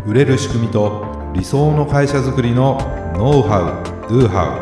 売れる仕組みと理想の会社づくりのノウハウ・ドゥハ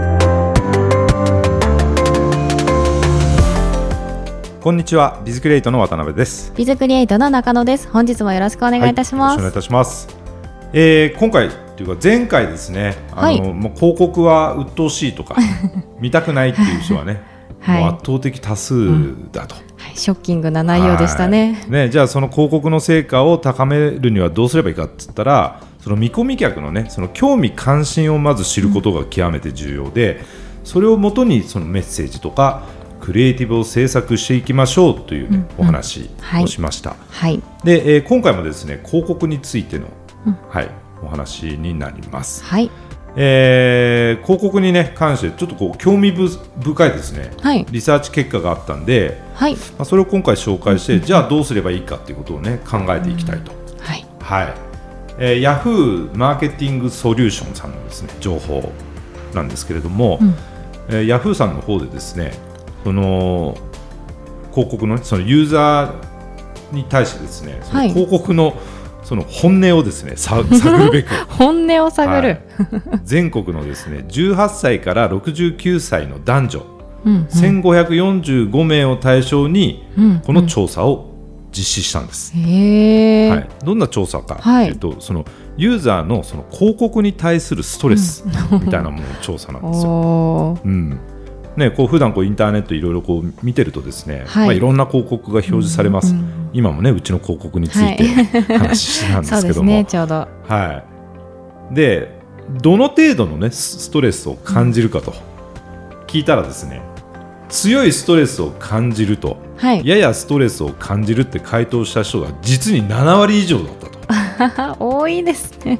ウ。こんにちは、ビズクリエイトの渡辺です。 ビズクリエイトの中野です。本日もよろしくお願いいたします。 よろしくお願いいたします。今回というか前回ですね、もう広告は鬱陶しいとか見たくないっていう人はね、もう圧倒的多数だと、 ショッキングな内容でしたね。 じゃあその広告の成果を高めるにはどうすればいいかって言ったら、その見込み客のね、その興味関心をまず知ることが極めて重要で、それをもとにそのメッセージとかクリエイティブを制作していきましょうという、お話をしました。で、今回もですね、広告についての、お話になります。広告に、ね、関してちょっとこう興味深いですね、リサーチ結果があったんで、それを今回紹介して、じゃあどうすればいいかということを、ね、考えていきたいと。Yahoo マーケティングソリューションさんのですね、情報なんですけれども、Yahoo さんの方でですね、その広告の、そのユーザーに対してですね、その広告のその本音をですね、探るべく本音を探る、 全国のですね、18歳から69歳の男女、1545名を対象にこの調査を実施したんです。どんな調査かというと、そのユーザーのその広告に対するストレスみたいなものの調査なんですよ。こう普段こうインターネットいろいろこう見てるとですね、いろんな広告が表示されます。今もね、うちの広告について話してたんですけども、 そうですね、ちょうど。 で、どの程度のね、ストレスを感じるかと聞いたらですね、強いストレスを感じると、ややストレスを感じるって回答した人が実に7割以上だったと。 多いですね。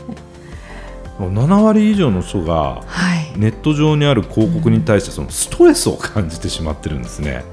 7割以上の人がネット上にある広告に対してそのストレスを感じてしまってるんですね。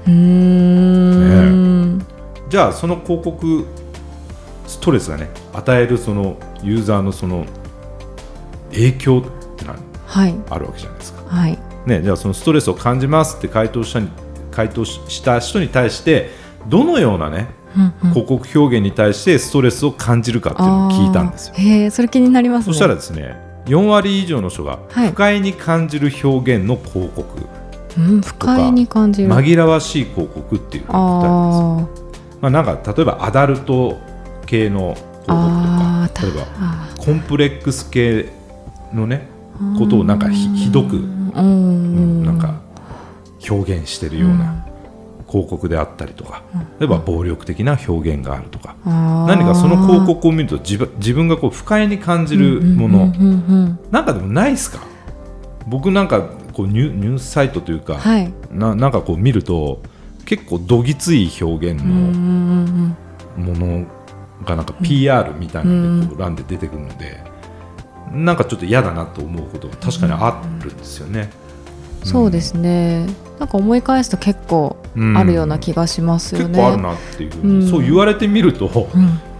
じゃあその広告ストレスがね、与えるそのユーザーのその影響って何、あるわけじゃないですか。じゃあそのストレスを感じますって回答した人に対してどのようなね、広告表現に対してストレスを感じるかっていうのを聞いたんですよ。 それ気になりますね。 そしたらですね、4割以上の人が不快に感じる表現の広告とか、紛らわしい広告っていうのを答えるんですよ。なんか例えばアダルト系の広告とか、例えばコンプレックス系のね、ことをなんかひどくなんか表現してるような広告であったりとか、例えば暴力的な表現があるとか、何かその広告を見ると自分がこう不快に感じるもの、なんかでもないですか？僕なんかこうニュースサイトというか、なんかこう見ると結構どぎつい表現のものがなんか PR みたいなので欄で出てくるので、なんかちょっと嫌だなと思うことが確かにあるんですよね。 そうですね。なんか思い返すと結構あるような気がしますよね。 結構あるなっていうふうに、そう言われてみると、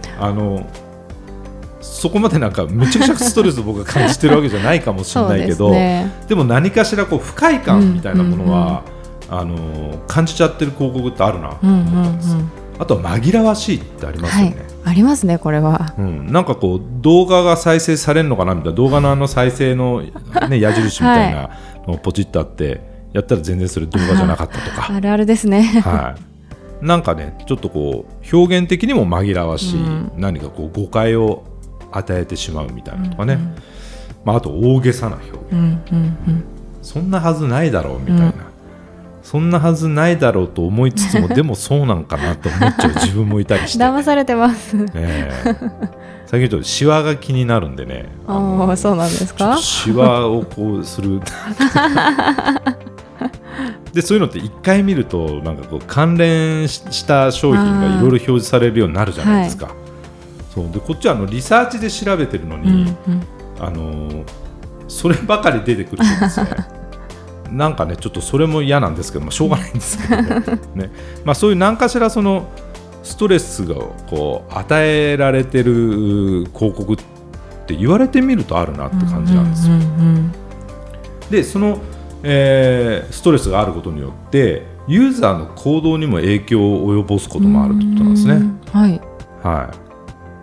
そこまでなんかめちゃくちゃストレスを僕が感じてるわけじゃないかもしれないけど、でも何かしらこう不快感みたいなものは、感じちゃってる広告ってあるなと思ったんです。あとは紛らわしいってありますよね。 ありますね、これは。 なんかこう動画が再生されるのかなみたいな、動画の再生の、矢印みたいなのをポチッとあってやったら全然それ動画じゃなかったとかあるあるですね。 なんかね、ちょっとこう表現的にも紛らわしい、何かこう誤解を与えてしまうみたいなとかね、あと大げさな表現、そんなはずないだろうみたいな、そんなはずないだろうと思いつつもでもそうなんかなと思っちゃう自分もいたりして、 騙されてます。 最近ちょっとシワが気になるんでね。 そうなんですか？ シワをこうするで、そういうのって一回見るとなんかこう関連した商品がいろいろ表示されるようになるじゃないですか。そうで、こっちはリサーチで調べてるのに、そればかり出てくるんですね。なんかね、ちょっとそれも嫌なんですけど、しょうがないんですけどね。そういう何かしらそのストレスがこう与えられてる広告って言われてみるとあるなって感じなんですよ。で、その、ストレスがあることによってユーザーの行動にも影響を及ぼすこともあるということなんですね。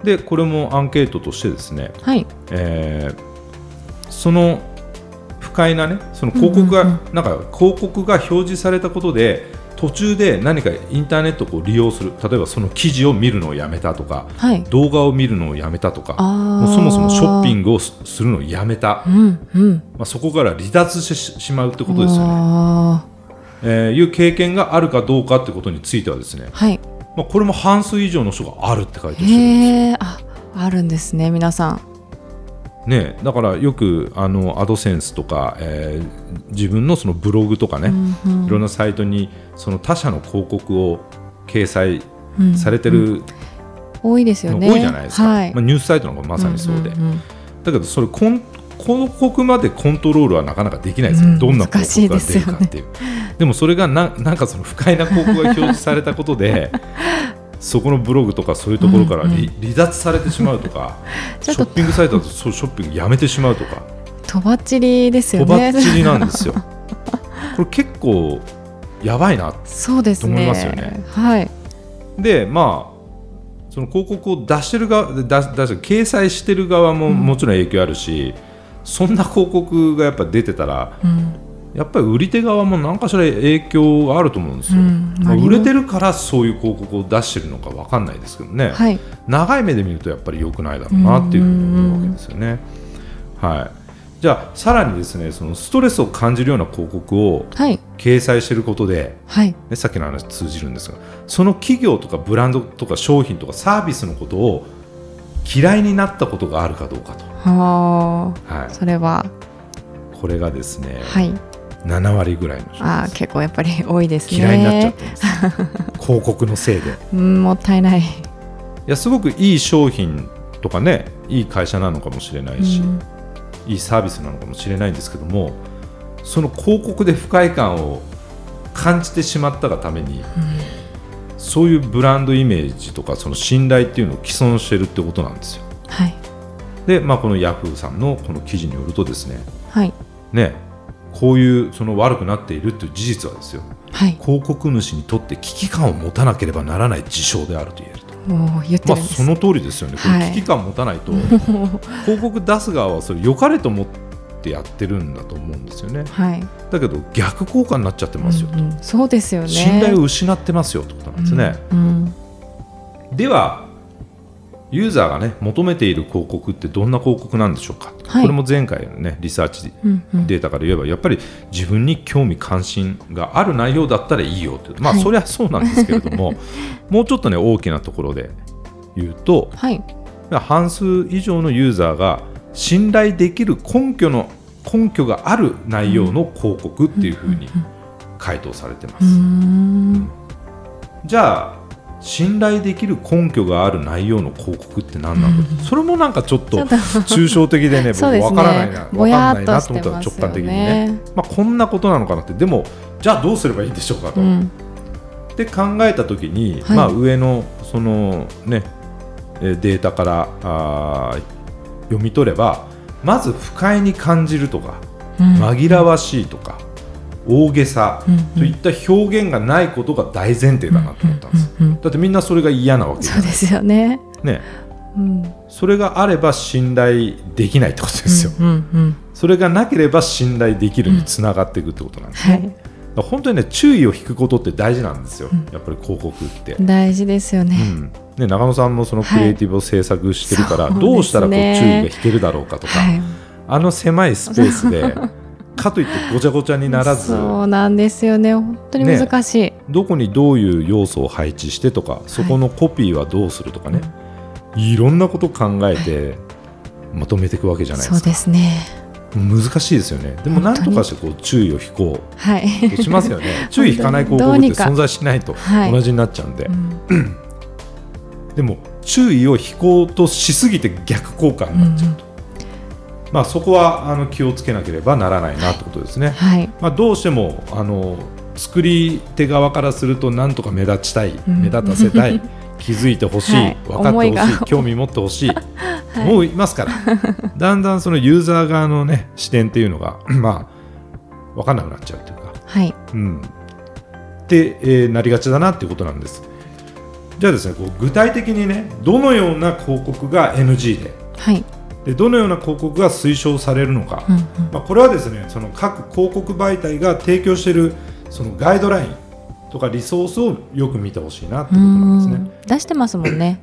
でこれもアンケートとしてですね、 はい、 その不快なね、その広告が、なんか広告が表示されたことで途中で何かインターネットを利用する、例えばその記事を見るのをやめたとか、 はい、 動画を見るのをやめたとか、もうそもそもショッピングをするのをやめた、そこから離脱してしまうってことですよね。いう経験があるかどうかってことについてはですね、 はい、 これも半数以上の人があるって書いてあるんですよ。 あるんですね、皆さん。 ね、だからよくアドセンスとか、自分のそのブログとかね、いろんなサイトにその他社の広告を掲載されてる多いですよね。 多いじゃないですか、ニュースサイトなんかまさにそうで、だけどそれ広告までコントロールはなかなかできないですよ、どんな広告が出るかっていう。でもそれがなんかその不快な広告が表示されたことでそこのブログとかそういうところから離脱されてしまうとか、ショッピングサイトだとショッピングやめてしまうとか、 とばっちりですよね。 とばっちりなんですよこれ結構やばいなと思いますよね。 はい、 でその広告を出してる側、掲載してる側ももちろん影響あるし、そんな広告がやっぱ出てたら、やっぱり売り手側も何かしら影響があると思うんですよ。売れてるからそういう広告を出してるのか分かんないですけどね、はい、長い目で見るとやっぱり良くないだろうなっていうふうに思うわけですよね。はい、じゃあさらにですね、そのストレスを感じるような広告を掲載していることで、はいね、さっきの話通じるんですが、その企業とかブランドとか商品とかサービスのことを嫌いになったことがあるかどうかと。はい、 それはこれがですね、 はい、 7割ぐらいの人です。 結構やっぱり多いですね。 嫌いになっちゃってます広告のせいでもったいない。いやすごくいい商品とかね、いい会社なのかもしれないし、いいサービスなのかもしれないんですけども、その広告で不快感を感じてしまったがために、そういうブランドイメージとかその信頼っていうのを毀損してるってことなんですよ。 はい、 で、このヤフーさんのこの記事によるとですね、 はいね、こういうその悪くなっているという事実はですよ、 はい、 広告主にとって危機感を持たなければならない事象であると言えると。 言ってるんです。 その通りですよね。これ危機感を持たないと、広告出す側はそれ良かれと思ってやってるんだと思うんですよね。 はい、 だけど逆効果になっちゃってますよと、 そうですよね。 信頼を失ってますよということなんですね。ではユーザーが、ね、求めている広告ってどんな広告なんでしょうか、はい、これも前回の、ね、リサーチデータから言えば、やっぱり自分に興味関心がある内容だったらいいよという、はい、それはそうなんですけれどももうちょっと、ね、大きなところで言うと、はい、半数以上のユーザーが信頼できる根拠がある内容の広告っていうふうに回答されてます。じゃあ信頼できる根拠がある内容の広告って何なんだ、それもなんかちょっと抽象的でね僕分からないな、分かんないなと思ったら直感的にね、こんなことなのかなって。でもじゃあどうすればいいんでしょうかと、で考えたときに、上のその、ね、データから読み取れば、まず不快に感じるとか、紛らわしいとか大げさといった表現がないことが大前提だなと思ったんです。だってみんなそれが嫌なわけじゃないですか。そうですよね。ね、それがあれば信頼できないってことですよ。それがなければ信頼できるにつながっていくってことなんですね。本当にね、注意を引くことって大事なんですよ。やっぱり広告って大事ですよね。ね、中野さんもそのクリエイティブを制作してるから、どうしたらこう注意が引けるだろうかとか、あの狭いスペースでかといってごちゃごちゃにならず、 そうなんですよね。本当に難しい、 どこにどういう要素を配置してとか、そこのコピーはどうするとかね、いろんなことを考えてまとめていくわけじゃないですか。 そうですね。 難しいですよね。でも何とかしてこう注意を引こうとしますよね。注意引かない広告って存在しないと同じになっちゃうんで、でも注意を引こうとしすぎて逆効果になっちゃうと、そこは気をつけなければならないなってことですね。どうしても作り手側からするとなんとか目立ちたい、目立たせたい気づいてほしい、分かってほしい、興味持ってほしいもういますからだんだんそのユーザー側の、ね、視点っていうのが分かんなくなっちゃうというか、で、なりがちだなっていうことなんです。 じゃあですね、こう具体的にね、どのような広告が NG で、 はい、 でどのような広告が推奨されるのか、これはですね、その各広告媒体が提供しているそのガイドラインとかリソースをよく見てほしいなということなんですね。 出してますもんね。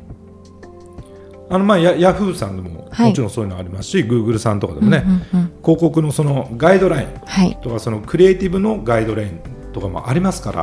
ヤフーさんでももちろんそういうのありますし、Google さんとかでもね、広告のそのガイドラインとか、そのクリエイティブのガイドラインとかもありますから、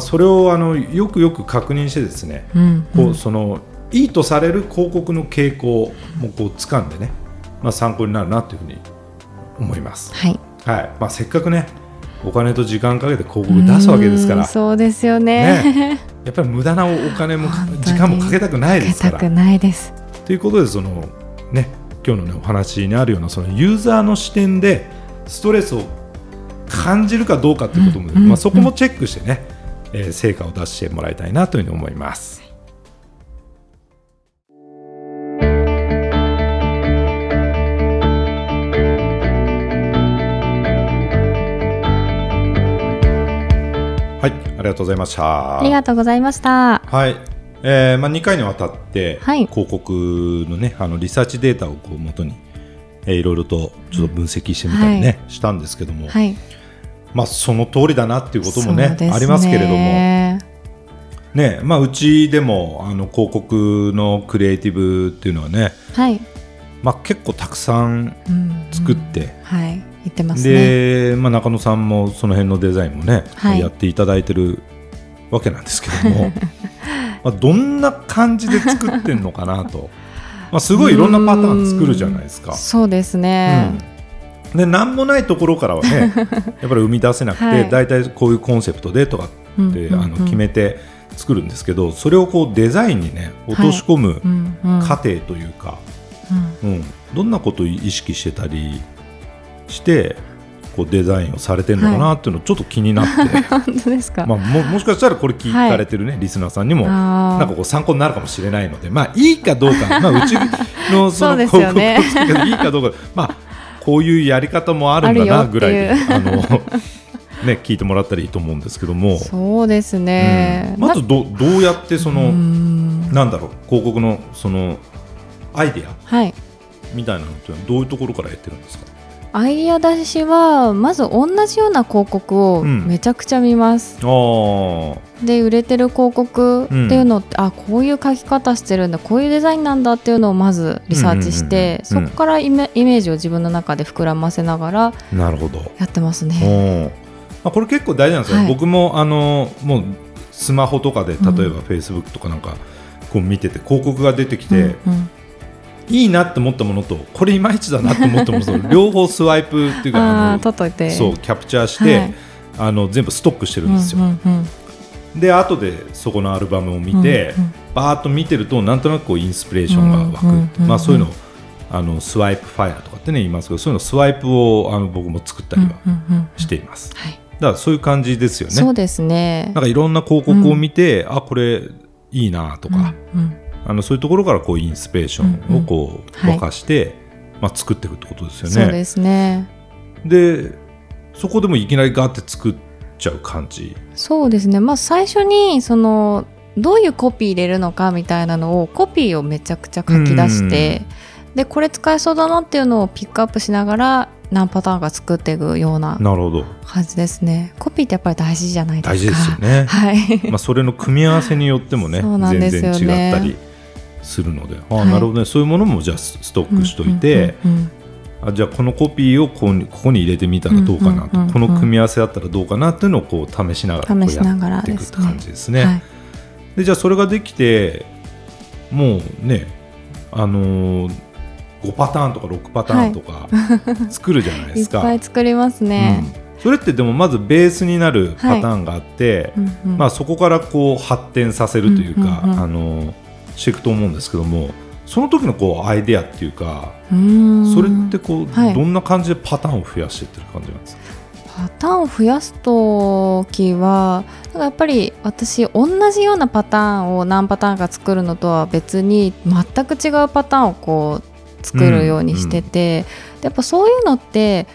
それをよくよく確認してですね、こうそのいいとされる広告の傾向もこう掴んでね、参考になるなというふうに思います。せっかくね、お金と時間かけて広告出すわけですから。 そうですよ ねやっぱり無駄なお金も時間もかけたくないですから。 かけたくないです。 ということで、そのね、今日の、ね、お話にあるようなそのユーザーの視点でストレスを感じるかどうかということも、そこもチェックしてね、成果を出してもらいたいなというふうに思います。はい、ありがとうございました。 ありがとうございました。 はい、2回にわたって、広告のね、リサーチデータをこう元に、いろいろとちょっと分析してみたりね、したんですけども、その通りだなっていうこともね、ありますけれどもね、うちでも広告のクリエイティブっていうのはね、結構たくさん作って、 言ってますね。 で、中野さんもその辺のデザインもね、やっていただいてるわけなんですけどもどんな感じで作ってんのかなとすごいいろんなパターン作るじゃないですか。 そうですね、 で何もないところからはねやっぱり生み出せなくて、だいたいこういうコンセプトでとかって決めて作るんですけど、それをこうデザインにね落とし込む過程というか、どんなことを意識してたりしてこうデザインをされてるのかなっていうのちょっと気になって本当ですか。 もしかしたらこれ聞かれてるね、リスナーさんにもなんかこう参考になるかもしれないので、いいかどうか、うちのその広告を作っていいかどうかこういうやり方もあるんだなぐらいで聞いてもらったらいいと思うんですけども。 そうですね、 まずどうやってそのなんだろう、広告のそのアイデアみたいなのってどういうところからやってるんですか。 アイデア出しはまず同じような広告をめちゃくちゃ見ます、で売れてる広告っていうのって、こういう書き方してるんだ、こういうデザインなんだっていうのをまずリサーチして、そこからイメージを自分の中で膨らませながらやってますね。 これ結構大事なんですよ、僕ももうスマホとかで例えば Facebook とかなんかこう見てて広告が出てきて、いいなって思ったものとこれいまいちだなって思ったもの両方スワイプっていうか取っといて、 そうキャプチャーして、全部ストックしてるんですよ、で後でそこのアルバムを見て、バーッと見てるとなんとなくこうインスピレーションが湧く、そういうのスワイプファイルとかってね言いますけど、そういうのスワイプを僕も作ったりはしています、だからそういう感じですよね。 そうですね、 なんかいろんな広告を見て、これいいなとか、そういうところからこうインスピレーションをこう沸かして、作っていくってことですよね。 そうですね。 でそこでもいきなりガーって作っちゃう感じ。 そうですね、最初にそのどういうコピー入れるのかみたいなのをコピーをめちゃくちゃ書き出して、でこれ使えそうだなっていうのをピックアップしながら何パターンか作っていくような感じですね。コピーってやっぱり大事じゃないですか。 大事ですよね、それの組み合わせによってもね全然違ったりするので、なるほどね。そういうものもじゃあストックしといて、じゃあこのコピーをここに入れてみたらどうかなと、この組み合わせだったらどうかなっていうのをこう試しながらこうやっていくって感じですね。でじゃあそれができてもうね5パターンとか6パターンとか作るじゃないですか、 いっぱい作りますね、 それってでもまずベースになるパターンがあって、そこからこう発展させるというか、していくと思うんですけども、その時のこうアイデアっていうか、それってこう、どんな感じでパターンを増やしていってる感じなんですか。 パターンを増やす時はやっぱり私同じようなパターンを何パターンか作るのとは別に全く違うパターンをこう作るようにしてて、やっぱそういうのって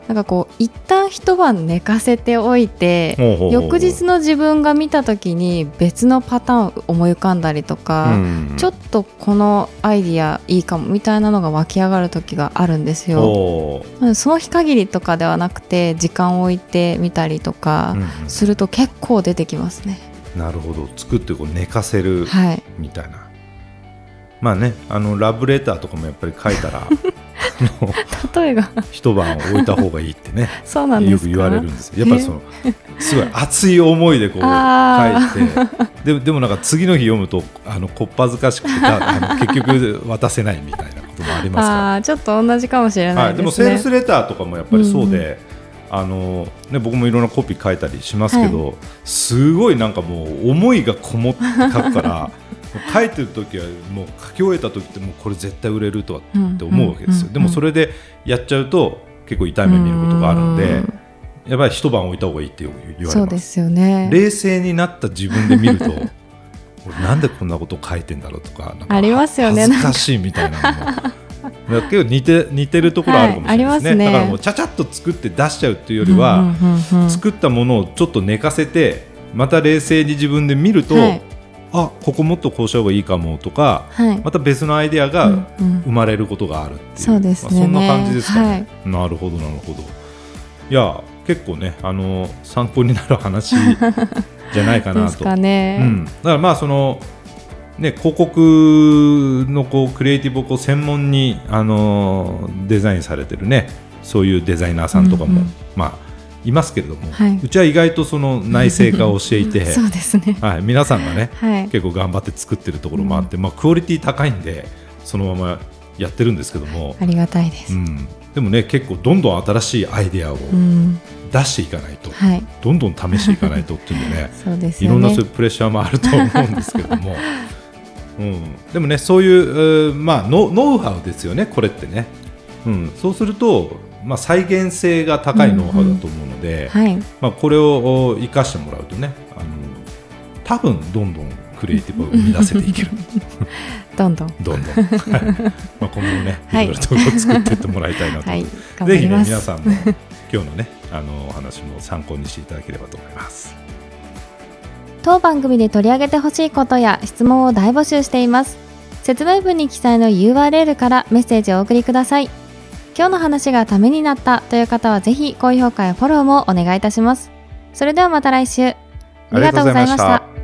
なんかこう一旦一晩寝かせておいて、翌日の自分が見た時に別のパターン思い浮かんだりとか、ちょっとこのアイディアいいかもみたいなのが湧き上がる時があるんですよ。その日限りとかではなくて時間を置いてみたりとかすると結構出てきますね。 なるほど。作ってこう寝かせるみたいな、まあね、ラブレターとかもやっぱり書いたら例えが一晩置いた方がいいってねそうなんですか。 よく言われるんですよ。やっぱりすごい熱い思いでこう書いてでもなんか次の日読むとこっぱずかしくて結局渡せないみたいなこともありますからちょっと同じかもしれないですね。 でもセールスレターとかもやっぱりそうで、僕もいろんなコピー書いたりしますけど、すごいなんかもう思いがこもって書くから書いてる時はもう書き終えた時ってもうこれ絶対売れるとはって思うわけですよ。でもそれでやっちゃうと結構痛い目見ることがあるので、やっぱり一晩置いた方がいいって言われます。 そうですよね。 冷静になった自分で見ると俺なんでこんなこと書いてんだろうとか、なんかありますよね。 恥ずかしいみたいなのもだけど似てるところあるかもしれないですね。だからもうちゃちゃっと作って出しちゃうっていうよりは、作ったものをちょっと寝かせてまた冷静に自分で見ると、ここもっとこうした方がいいかもとか、また別のアイデアが生まれることがあるっていう、 そうですね。 そんな感じですかね。なるほどなるほど。いや結構ね参考になる話じゃないかなとですかね。だからまあ広告のクリエイティブを専門にデザインされてるね、そういうデザイナーさんとかも、いますけれども、うちは意外と内製化をしていてそうですね、 皆さんがね、結構頑張って作ってるところもあって、クオリティ高いんでそのままやってるんですけども、 ありがたいです、 でもね結構どんどん新しいアイデアを出していかないと、どんどん試していかないとっていうんでねそうですよね、 いろんなそういうプレッシャーもあると思うんですけどもでもねそういう、ノウハウですよねこれってね、そうすると、再現性が高いノウハウだと思うので、これを生かしてもらうとね多分どんどんクリエイティブを生み出せていけるどんどん今後もねいろいろと作っていってもらいたいなと、ぜひね皆さんも今日のねお話も参考にしていただければと思います。 当番組で取り上げてほしいことや質問を大募集しています。説明文に記載の URL からメッセージをお送りください。今日の話がためになったという方はぜひ高評価やフォローもお願いいたします。それではまた来週。ありがとうございました。